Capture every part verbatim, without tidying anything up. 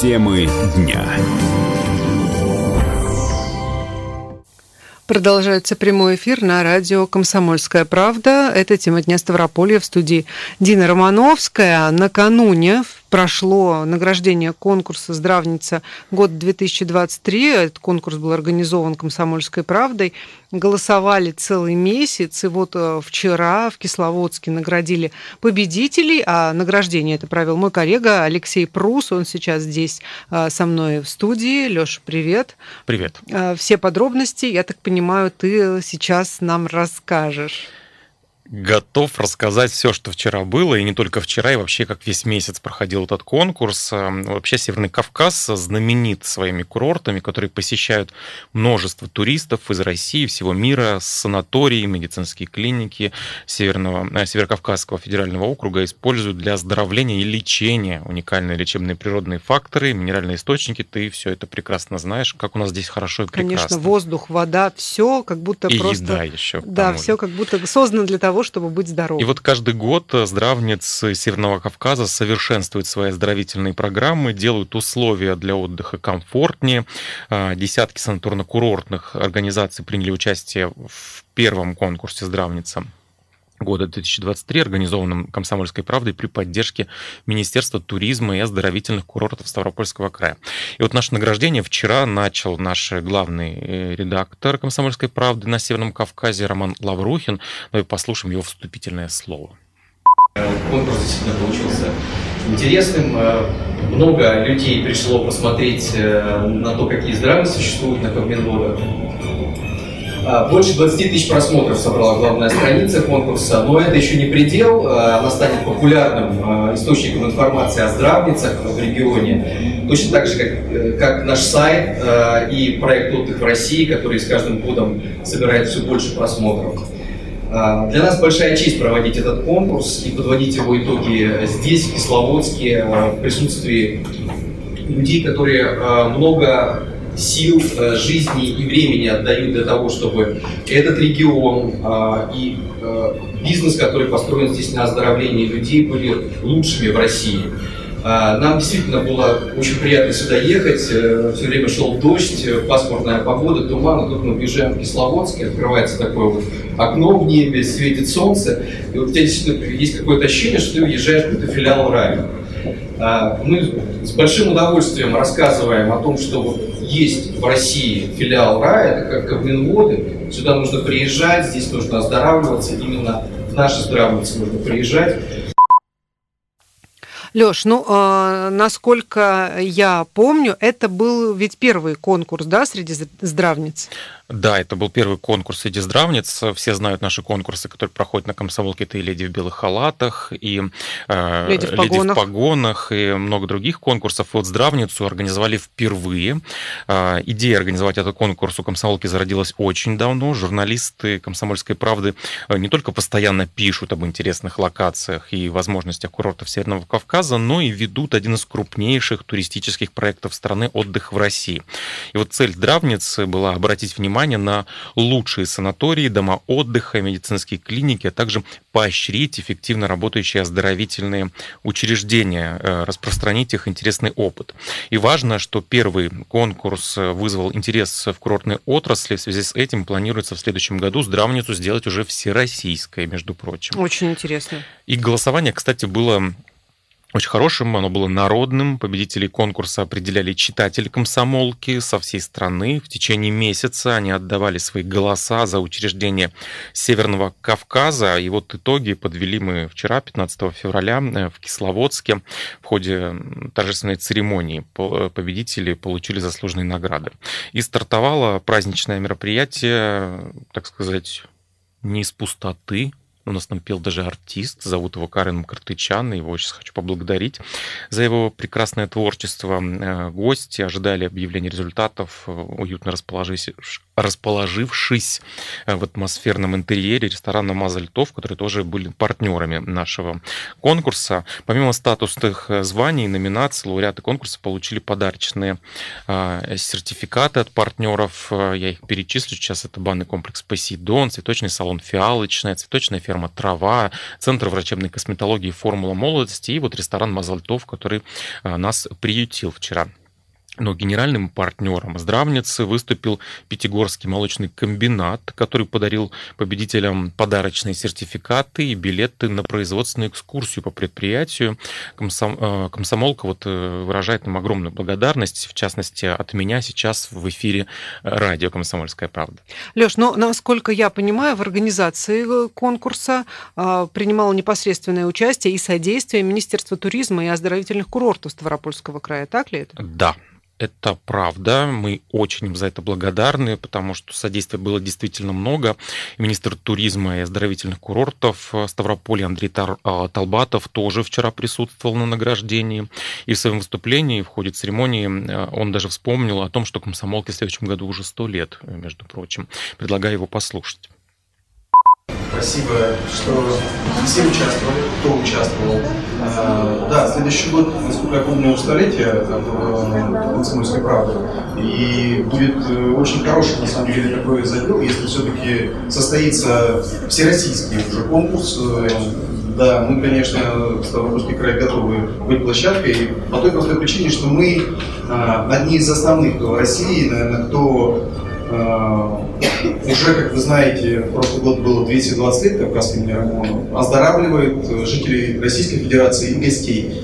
Темы дня. Продолжается прямой эфир на радио «Комсомольская правда». Это тема дня Ставрополья, в студии Дина Романовская. Накануне прошло награждение конкурса «Здравница. Год две тысячи двадцать три». Этот конкурс был организован «Комсомольской правдой». Голосовали целый месяц. И вот вчера в Кисловодске наградили победителей. А награждение это провел мой коллега Алексей Прус. Он сейчас здесь со мной в студии. Леша, привет. Привет. Все подробности, я так понимаю, ты сейчас нам расскажешь. Готов рассказать все, что вчера было, и не только вчера, и вообще как весь месяц проходил этот конкурс. Вообще Северный Кавказ знаменит своими курортами, которые посещают множество туристов из России, всего мира, санатории, медицинские клиники Северного, Северокавказского федерального округа используют для оздоровления и лечения уникальные лечебные природные факторы, минеральные источники. Ты все это прекрасно знаешь, как у нас здесь хорошо и прекрасно. Конечно, воздух, вода, все как будто и просто... еда еще. Да, все как будто создано для того, чтобы быть здоровым. И вот каждый год здравницы Северного Кавказа совершенствуют свои оздоровительные программы, делают условия для отдыха комфортнее. Десятки санаторно-курортных организаций приняли участие в первом конкурсе «Здравница года две тысячи двадцать три», организованном «Комсомольской правдой» при поддержке Министерства туризма и оздоровительных курортов Ставропольского края. И вот наше награждение вчера начал наш главный редактор «Комсомольской правды» на Северном Кавказе Роман Лаврухин. Ну и послушаем его вступительное слово. Конкурс действительно получился интересным. Много людей пришло посмотреть на то, какие здравницы существуют на Кавминводах. Больше двадцати тысяч просмотров собрала главная страница конкурса, но это еще не предел. Она станет популярным источником информации о здравницах в регионе. Точно так же, как, как наш сайт и проект «Отдых в России», который с каждым годом собирает все больше просмотров. Для нас большая честь проводить этот конкурс и подводить его итоги здесь, в Кисловодске, в присутствии людей, которые много сил, жизни и времени отдают для того, чтобы этот регион э, и э, бизнес, который построен здесь на оздоровлении людей, были лучшими в России. Э, нам действительно было очень приятно сюда ехать. Э, все время шел дождь, пасмурная погода, туман. И тут мы въезжаем в Кисловодск, открывается такое вот окно в небе, светит солнце. И вот у тебя действительно есть какое-то ощущение, что ты въезжаешь в какой-то филиал рая. Мы с большим удовольствием рассказываем о том, что вот есть в России филиал рая, это как Кавминводы. Сюда нужно приезжать, здесь нужно оздоравливаться, именно в наши здравницы нужно приезжать. Лёш, ну, э, насколько я помню, это был ведь первый конкурс, да, среди здравниц? Да, это был первый конкурс среди здравниц. Все знают наши конкурсы, которые проходят на Комсомолке. Это и «Леди в белых халатах», и э, «Леди в «Леди погонах», в погонах», и много других конкурсов. И вот здравницу организовали впервые. Э, идея организовать этот конкурс у Комсомолки зародилась очень давно. Журналисты «Комсомольской правды» не только постоянно пишут об интересных локациях и возможностях курортов Северного Кавказа, но и ведут один из крупнейших туристических проектов страны «Отдых в России». И вот цель здравницы была обратить внимание на лучшие санатории, дома отдыха, медицинские клиники, а также поощрить эффективно работающие оздоровительные учреждения, распространить их интересный опыт. И важно, что первый конкурс вызвал интерес в курортной отрасли. В связи с этим планируется в следующем году здравницу сделать уже всероссийской, между прочим. Очень интересно. И голосование, кстати, было очень хорошим, оно было народным. Победителей конкурса определяли читатели «Комсомолки» со всей страны. В течение месяца они отдавали свои голоса за учреждение Северного Кавказа. И вот итоги подвели мы вчера, пятнадцатого февраля, в Кисловодске. В ходе торжественной церемонии победители получили заслуженные награды. И стартовало праздничное мероприятие, так сказать, не из пустоты. У нас там пел даже артист, зовут его Карен Картычан, его очень хочу поблагодарить за его прекрасное творчество. Гости ожидали объявления результатов, уютно расположились, расположившись в атмосферном интерьере ресторана «Мазальтов», которые тоже были партнерами нашего конкурса. Помимо статусных званий и номинаций, лауреаты конкурса получили подарочные сертификаты от партнеров. Я их перечислю сейчас. Это банный комплекс «Посейдон», цветочный салон «Фиалочная», цветочная ферма «Трава», Центр врачебной косметологии «Формула молодости» и вот ресторан «Мазальтов», который нас приютил вчера. Но генеральным партнером здравницы выступил Пятигорский молочный комбинат, который подарил победителям подарочные сертификаты и билеты на производственную экскурсию по предприятию. Комсом... Комсомолка вот выражает им огромную благодарность, в частности, от меня сейчас в эфире радио «Комсомольская правда». Лёш, ну, насколько я понимаю, в организации конкурса принимало непосредственное участие и содействие Министерства туризма и оздоровительных курортов Ставропольского края. Так ли это? Да. Это правда, мы очень им за это благодарны, потому что содействия было действительно много. Министр туризма и оздоровительных курортов Ставрополья Андрей Талбатов тоже вчера присутствовал на награждении. И в своем выступлении, в ходе церемонии, он даже вспомнил о том, что комсомолке в следующем году уже сто лет, между прочим. Предлагаю его послушать. Спасибо, что все участвовали, кто участвовал. Да, следующий год, насколько я помню, столетие «Комсомольской правды». И будет очень хороший, на самом деле, такой задел, если все-таки состоится всероссийский уже конкурс. Да, мы, конечно, Ставропольский край готовы быть площадкой по той простой причине, что мы одни из основных в России, наверное, кто уже, как вы знаете, прошлый год было двести двадцать лет Кавказским нейромону, оздоравливает жителей Российской Федерации и гостей.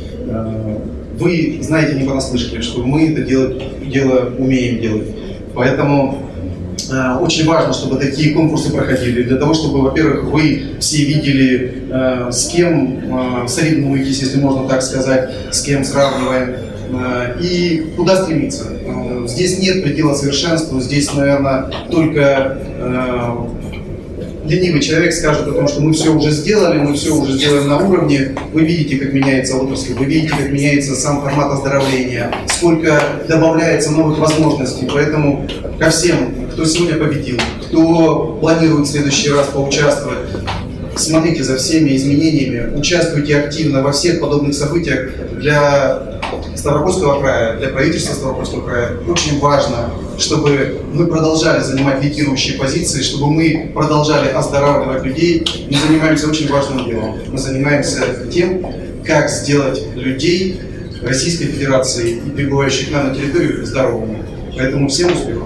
Вы знаете не понаслышке, что мы это делать, дело умеем делать. Поэтому э, очень важно, чтобы такие конкурсы проходили, для того, чтобы, во-первых, вы все видели, э, с кем э, соревнуетесь, если можно так сказать, с кем сравниваем, э, и куда стремиться. Э, здесь нет предела совершенству, здесь, наверное, только э, ленивый человек скажет о том, что мы все уже сделали, мы все уже сделаем на уровне. Вы видите, как меняется отрасль, вы видите, как меняется сам формат оздоровления, сколько добавляется новых возможностей. Поэтому ко всем, кто сегодня победил, кто планирует в следующий раз поучаствовать, смотрите за всеми изменениями, участвуйте активно во всех подобных событиях. Для Ставропольского края, для правительства Ставропольского края очень важно, чтобы мы продолжали занимать лидирующие позиции, чтобы мы продолжали оздоравливать людей. Мы занимаемся очень важным делом. Мы занимаемся тем, как сделать людей Российской Федерации и прибывающих к нам на территорию здоровыми. Поэтому всем успехов!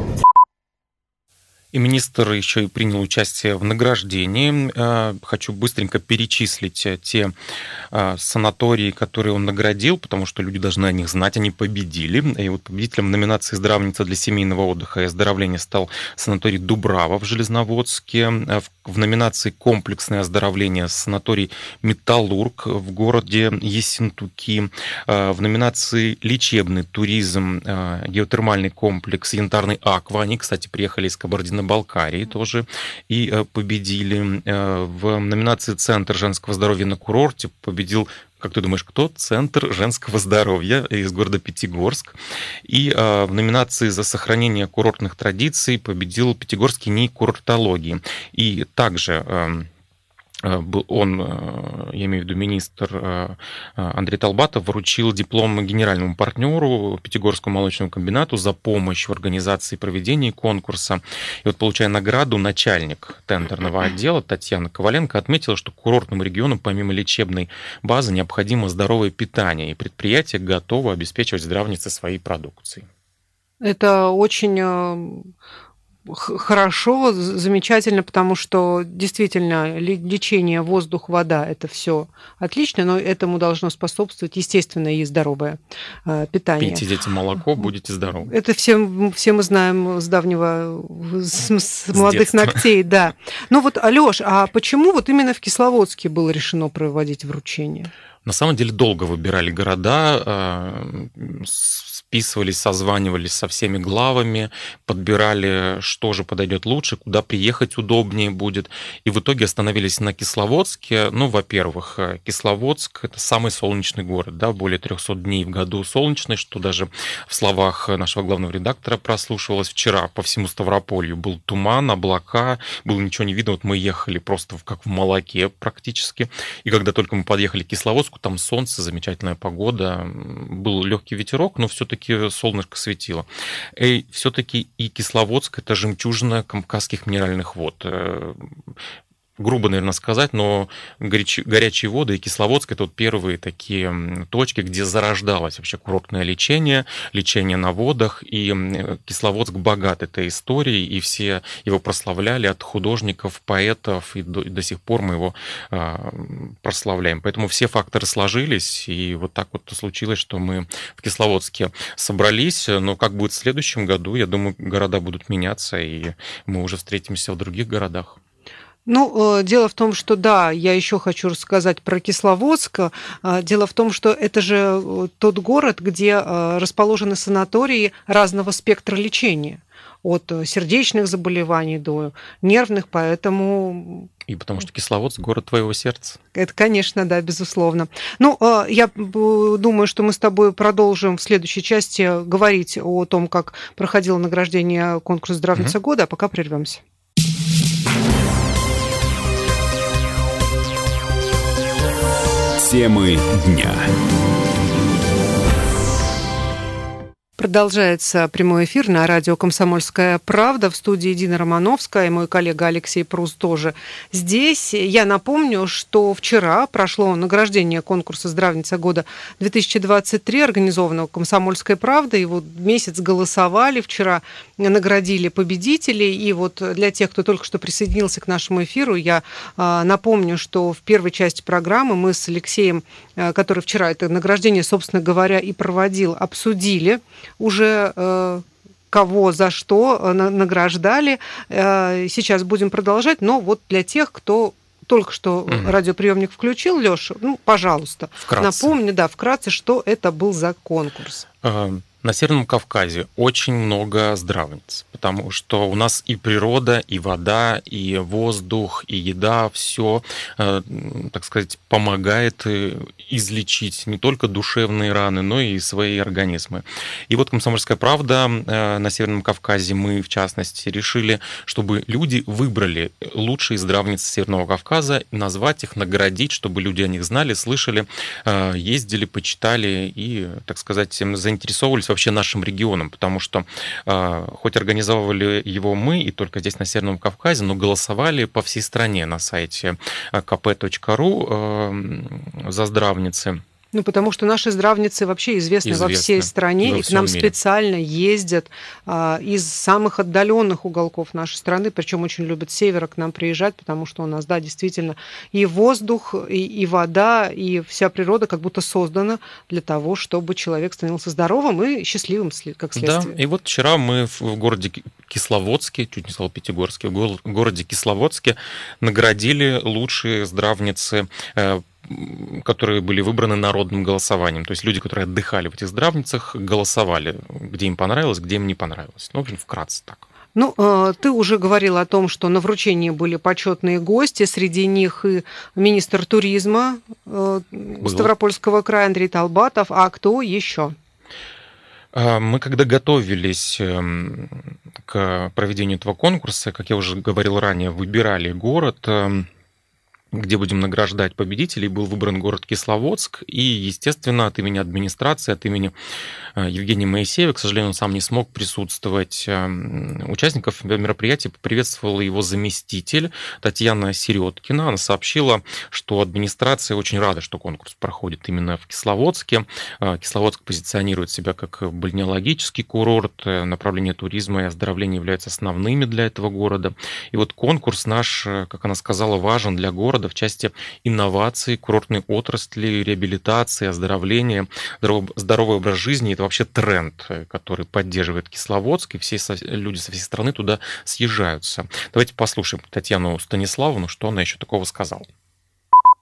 И министр еще и принял участие в награждении. Хочу быстренько перечислить те санатории, которые он наградил, потому что люди должны о них знать, они победили. И вот победителем номинации «Здравница для семейного отдыха и оздоровления» стал санаторий «Дубрава» в Железноводске. В номинации «Комплексное оздоровление» санаторий «Металлург» в городе Ессентуки. В номинации «Лечебный туризм» геотермальный комплекс «Янтарный Аква». Они, кстати, приехали из Кабардино-Балкарии тоже и победили. В номинации «Центр женского здоровья на курорте» победил, как ты думаешь, кто? Центр женского здоровья из города Пятигорск. И в номинации «За сохранение курортных традиций» победил Пятигорский НИИ курортологии. И также он, я имею в виду министр Андрей Талбатов, вручил диплом генеральному партнеру Пятигорскому молочному комбинату за помощь в организации и проведении конкурса. И вот, получая награду, начальник тендерного отдела Татьяна Коваленко отметила, что курортным регионам помимо лечебной базы необходимо здоровое питание, и предприятие готово обеспечивать здравницы своей продукцией. Это очень хорошо, замечательно, потому что действительно лечение, воздух, вода – это все отлично, но этому должно способствовать естественное и здоровое питание. Пейте детям молоко, будете здоровы. Это все, все мы знаем с давнего, с, с молодых детства. Ногтей, да. Ну вот, Алёш, а почему вот именно в Кисловодске было решено проводить вручение? На самом деле долго выбирали города, списывались, созванивались со всеми главами, подбирали, что же подойдет лучше, куда приехать удобнее будет. И в итоге остановились на Кисловодске. Ну, во-первых, Кисловодск – это самый солнечный город, да, более трехсот дней в году солнечный, что даже в словах нашего главного редактора прослушивалось вчера. По всему Ставрополью был туман, облака, было ничего не видно. Вот мы ехали просто как в молоке практически. И когда только мы подъехали к Кисловодску, там солнце, замечательная погода, был легкий ветерок, но все-таки солнышко светило. И все-таки и Кисловодск – это жемчужина Кавказских минеральных вод. Грубо, наверное, сказать, но горячие воды и Кисловодск – это вот первые такие точки, где зарождалось вообще курортное лечение, лечение на водах, и Кисловодск богат этой историей, и все его прославляли от художников, поэтов, и до, и до сих пор мы его а, прославляем. Поэтому все факторы сложились, и вот так вот случилось, что мы в Кисловодске собрались, но как будет в следующем году, я думаю, города будут меняться, и мы уже встретимся в других городах. Ну, дело в том, что да, я еще хочу рассказать про Кисловодск. Дело в том, что это же тот город, где расположены санатории разного спектра лечения. От сердечных заболеваний до нервных, поэтому... И потому что Кисловодск – город твоего сердца. Это, конечно, да, безусловно. Ну, я думаю, что мы с тобой продолжим в следующей части говорить о том, как проходило награждение конкурса «Здравница угу. года», а пока прервемся. Темы дня. Продолжается прямой эфир на радио «Комсомольская правда». В студии Дина Романовская и мой коллега Алексей Прус тоже здесь. Я напомню, что вчера прошло награждение конкурса «Здравница года две тысячи двадцать три», организованного «Комсомольской правдой». И вот месяц голосовали, вчера наградили победителей. И вот для тех, кто только что присоединился к нашему эфиру, я напомню, что в первой части программы мы с Алексеем, который вчера это награждение, собственно говоря, и проводил, обсудили уже э, кого за что награждали. Э, сейчас будем продолжать, но вот для тех, кто только что угу. радиоприемник включил, Леша, ну, пожалуйста, вкратце. Напомню, да, вкратце, что это был за конкурс. На Северном Кавказе очень много здравниц, потому что у нас и природа, и вода, и воздух, и еда, все, так сказать, помогает излечить не только душевные раны, но и свои организмы. И вот «Комсомольская правда» на Северном Кавказе, мы, в частности, решили, чтобы люди выбрали лучшие здравницы Северного Кавказа, назвать их, наградить, чтобы люди о них знали, слышали, ездили, почитали и, так сказать, заинтересовывались вообще нашим регионом, потому что э, хоть организовывали его мы и только здесь на Северном Кавказе, но голосовали по всей стране на сайте ка пэ точка ру э, за здравницы. Ну, потому что наши здравницы вообще известны, известны во всей стране, во и к нам мире. Специально ездят а, из самых отдаленных уголков нашей страны, причем очень любят с севера к нам приезжать, потому что у нас, да, действительно, и воздух, и, и вода, и вся природа как будто создана для того, чтобы человек становился здоровым и счастливым, как следствие. Да, и вот вчера мы в городе Кисловодске, чуть не сказал Пятигорске, в городе Кисловодске наградили лучшие здравницы, которые были выбраны народным голосованием. То есть люди, которые отдыхали в этих здравницах, голосовали, где им понравилось, где им не понравилось. Ну, в общем, вкратце так. Ну, ты уже говорил о том, что на вручении были почетные гости, среди них и министр туризма Был. Ставропольского края Андрей Талбатов. А кто еще? Мы когда готовились к проведению этого конкурса, как я уже говорил ранее, выбирали город, где будем награждать победителей, был выбран город Кисловодск. И, естественно, от имени администрации, от имени Евгения Моисеева, к сожалению, он сам не смог присутствовать, участников мероприятия поприветствовала его заместитель Татьяна Середкина. Она сообщила, что администрация очень рада, что конкурс проходит именно в Кисловодске. Кисловодск позиционирует себя как бальнеологический курорт, направление туризма и оздоровления являются основными для этого города. И вот конкурс наш, как она сказала, важен для города в части инноваций, курортной отрасли, реабилитации, оздоровления, здоровый образ жизни. Это вообще тренд, который поддерживает Кисловодск, и все люди со всей страны туда съезжаются. Давайте послушаем Татьяну Станиславовну, что она еще такого сказала.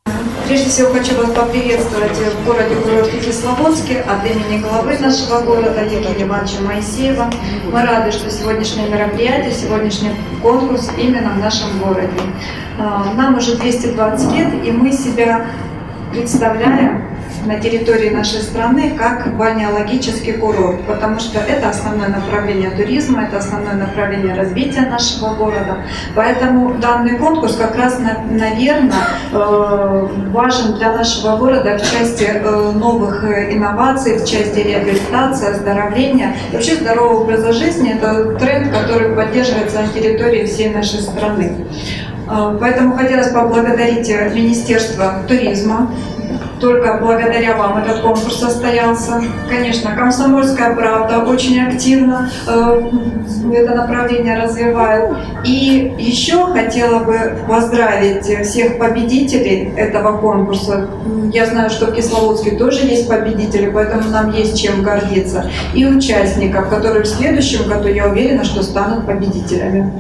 Прежде всего хочу вас поприветствовать в городе-курорте Кисловодске от имени главы нашего города Евгения Ивановича Моисеева. Мы рады, что сегодняшнее мероприятие, сегодняшний конкурс именно в нашем городе. Нам уже двести двадцать лет, и мы себя представляем на территории нашей страны как бальнеологический курорт, потому что это основное направление туризма, это основное направление развития нашего города. Поэтому данный конкурс как раз, наверное, важен для нашего города в части новых инноваций, в части реабилитации, оздоровления. И вообще здорового образа жизни – это тренд, который поддерживается на территории всей нашей страны. Поэтому хотелось поблагодарить Министерство туризма. Только благодаря вам этот конкурс состоялся. Конечно, «Комсомольская правда» очень активно э, это направление развивает. И еще хотела бы поздравить всех победителей этого конкурса. Я знаю, что в Кисловодске тоже есть победители, поэтому нам есть чем гордиться. И участников, которые в следующем году, я уверена, что станут победителями.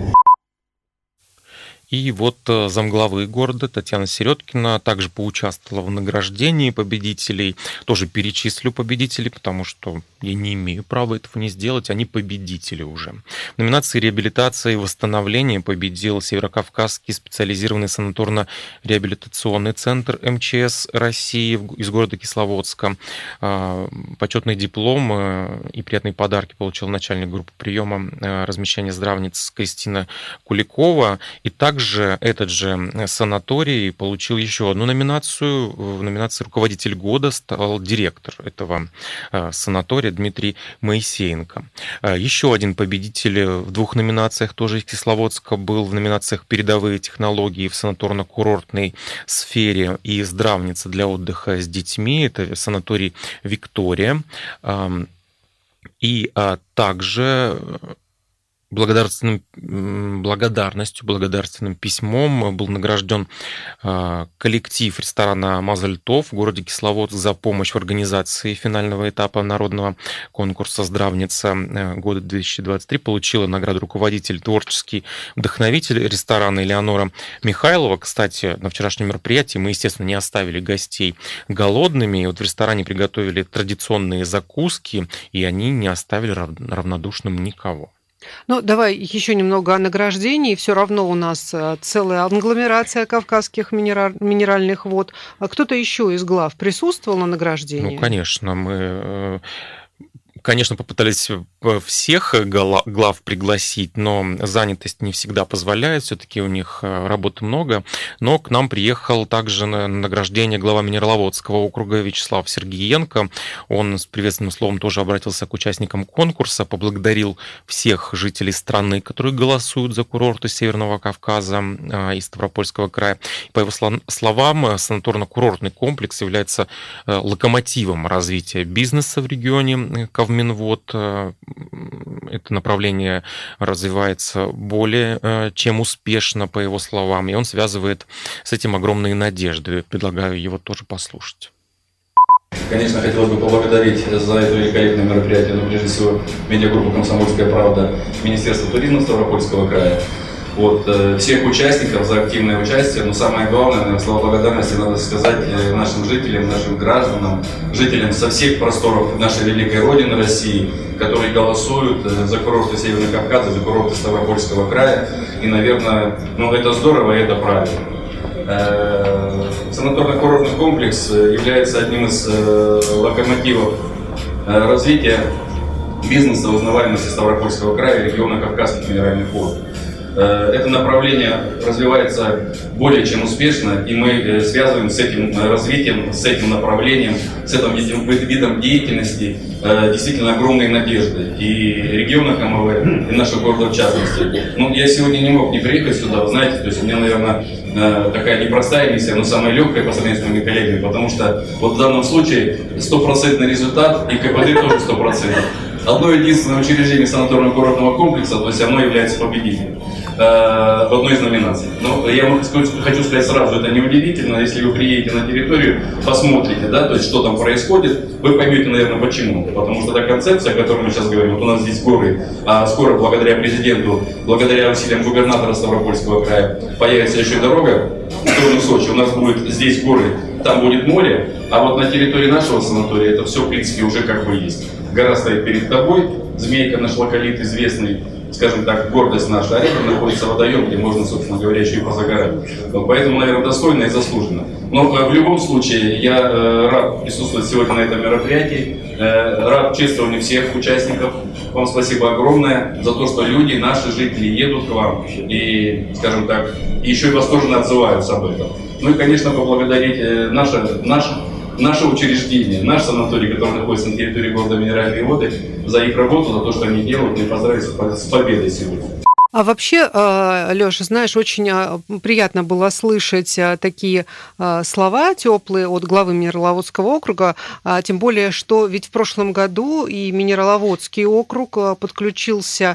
И вот замглавы города Татьяна Середкина также поучаствовала в награждении победителей. Тоже перечислю победителей, потому что я не имею права этого не сделать. Они победители уже. В номинации «Реабилитация и восстановление» победил Северокавказский специализированный санаторно-реабилитационный центр эм че эс России из города Кисловодска. Почетный диплом и приятные подарки получил начальник группы приема размещения здравниц Кристина Куликова. И также Также этот же санаторий получил еще одну номинацию. В номинации «Руководитель года» стал директор этого санатория Дмитрий Моисеенко. Еще один победитель в двух номинациях, тоже из Кисловодска, был в номинациях «Передовые технологии в санаторно-курортной сфере» и «Здравница для отдыха с детьми». Это санаторий «Виктория». И также Благодарственным, благодарностью, благодарственным письмом был награжден коллектив ресторана «Мазальтов» в городе Кисловодск за помощь в организации финального этапа народного конкурса «Здравница» года две тысячи двадцать три. Получила награду руководитель, творческий вдохновитель ресторана Элеонора Михайлова. Кстати, на вчерашнем мероприятии мы, естественно, не оставили гостей голодными. И вот в ресторане приготовили традиционные закуски, и они не оставили равнодушным никого. Ну, давай еще немного о награждении. Все равно у нас целая агломерация кавказских минераль... минеральных вод. А кто-то еще из глав присутствовал на награждении? Ну, конечно, мы... Конечно, попытались всех глав пригласить, но занятость не всегда позволяет, все-таки у них работы много. Но к нам приехал также на награждение глава Минераловодского округа Вячеслав Сергиенко. Он с приветственным словом тоже обратился к участникам конкурса, поблагодарил всех жителей страны, которые голосуют за курорты Северного Кавказа и Ставропольского края. По его словам, санаторно-курортный комплекс является локомотивом развития бизнеса в регионе Кавминвод. Это направление развивается более чем успешно, по его словам, и он связывает с этим огромные надежды. Предлагаю его тоже послушать. Конечно, хотелось бы поблагодарить за это великолепное мероприятие, но прежде всего медиагруппу «Комсомольская правда», Министерство туризма Ставропольского края, вот, всех участников за активное участие, но самое главное, наверное, слова благодарности надо сказать нашим жителям, нашим гражданам, жителям со всех просторов нашей великой Родины России, которые голосуют за курорты Северного Кавказа, за курорты Ставропольского края. И, наверное, ну, это здорово и это правильно. Санаторно-курортный комплекс является одним из локомотивов развития бизнеса узнаваемости Ставропольского края и региона Кавказских минеральных вод. Это направление развивается более чем успешно, и мы связываем с этим развитием, с этим направлением, с этим видом деятельности действительно огромные надежды. И региона КМВ, и нашего города в частности. Ну, я сегодня не мог не приехать сюда, вы знаете, то есть у меня, наверное, такая непростая миссия, но самая легкая по сравнению с моими коллегами, потому что вот в данном случае стопроцентный результат и КПД тоже сто процентов. Одно единственное учреждение санаторно-курортного комплекса, то есть оно является победителем. в одной из номинаций. Но я вам хочу сказать сразу, это неудивительно, если вы приедете на территорию, посмотрите, да, то есть что там происходит, вы поймете, наверное, почему. Потому что эта концепция, о которой мы сейчас говорим, вот у нас здесь горы, а скоро благодаря президенту, благодаря усилиям губернатора Ставропольского края появится еще и дорога в сторону Сочи. У нас будет здесь горы, там будет море, а вот на территории нашего санатория это все, в принципе, уже как бы есть. Гора стоит перед тобой, Змейка, наш локалит известный, скажем так, гордость наша, а рядом находится водоем, где можно, собственно говоря, еще и позагорать. Поэтому, наверное, достойно и заслуженно. Но в любом случае, я э, рад присутствовать сегодня на этом мероприятии, э, рад чествованию всех участников. Вам спасибо огромное за то, что люди, наши жители едут к вам и, скажем так, еще и восторженно отзываются об этом. Ну и, конечно, поблагодарить э, наше, наше, наше учреждение, наш санаторий, который находится на территории города Минеральные Воды, за их работу, за то, что они делают, и поздравить с победой сегодня. А вообще, Леша, знаешь, очень приятно было слышать такие слова теплые от главы Минераловодского округа, тем более, что ведь в прошлом году и Минераловодский округ подключился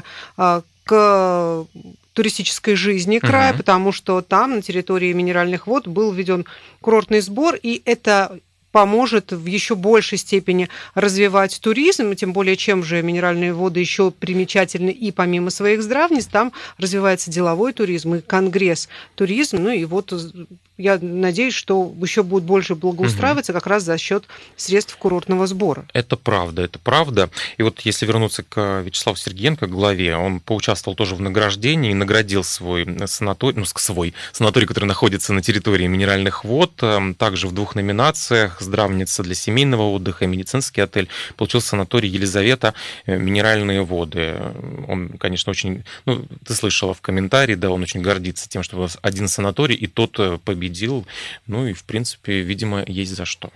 к туристической жизни края, uh-huh. потому что там, на территории Минеральных вод, был введен курортный сбор, и это поможет в еще большей степени развивать туризм, тем более, чем же Минеральные воды еще примечательны, и помимо своих здравниц, там развивается деловой туризм и конгресс туризм, ну и вот я надеюсь, что еще будет больше благоустраиваться угу. как раз за счет средств курортного сбора. Это правда, это правда. И вот если вернуться к Вячеславу Сергеенко, к главе, он поучаствовал тоже в награждении и наградил свой санаторий, ну, свой санаторий, который находится на территории Минеральных вод, также в двух номинациях: здравница для семейного отдыха и медицинский отель. Получил санаторий Елизавета Минеральные воды. Он, конечно, очень... Ну, ты слышала в комментарии, да, он очень гордится тем, что у вас один санаторий, и тот победил. Ну и, в принципе, видимо, есть за что.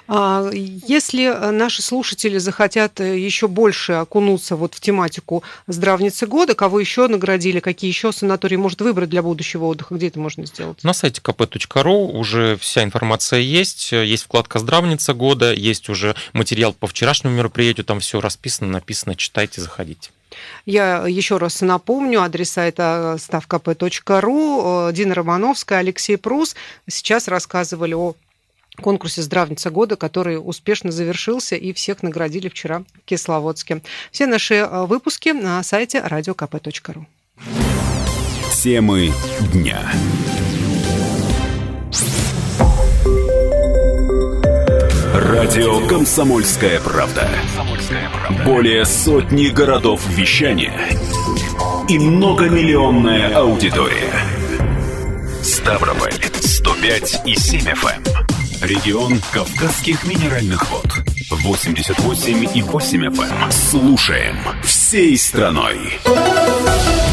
Если наши слушатели захотят еще больше окунуться вот в тематику здравницы года, кого еще наградили, какие еще санатории может выбрать для будущего отдыха, где это можно сделать? На сайте ка пэ точка ру уже вся информация есть. Есть вкладка «Здравница года», есть уже материал по вчерашнему мероприятию, там все расписано, написано, читайте, заходите. Я еще раз напомню, адреса это став ка пэ точка ру, Дина Романовская, Алексей Прус сейчас рассказывали о конкурсе «Здравница года», который успешно завершился, и всех наградили вчера в Кисловодске. Все наши выпуски на сайте радио ка пэ точка ру. Темы дня. Радио «Комсомольская правда». Более сотни городов вещания и многомиллионная аудитория. Ставрополь сто пять и семь эф эм. Регион Кавказских минеральных вод восемьдесят восемь и восемь эф эм. Слушаем всей страной.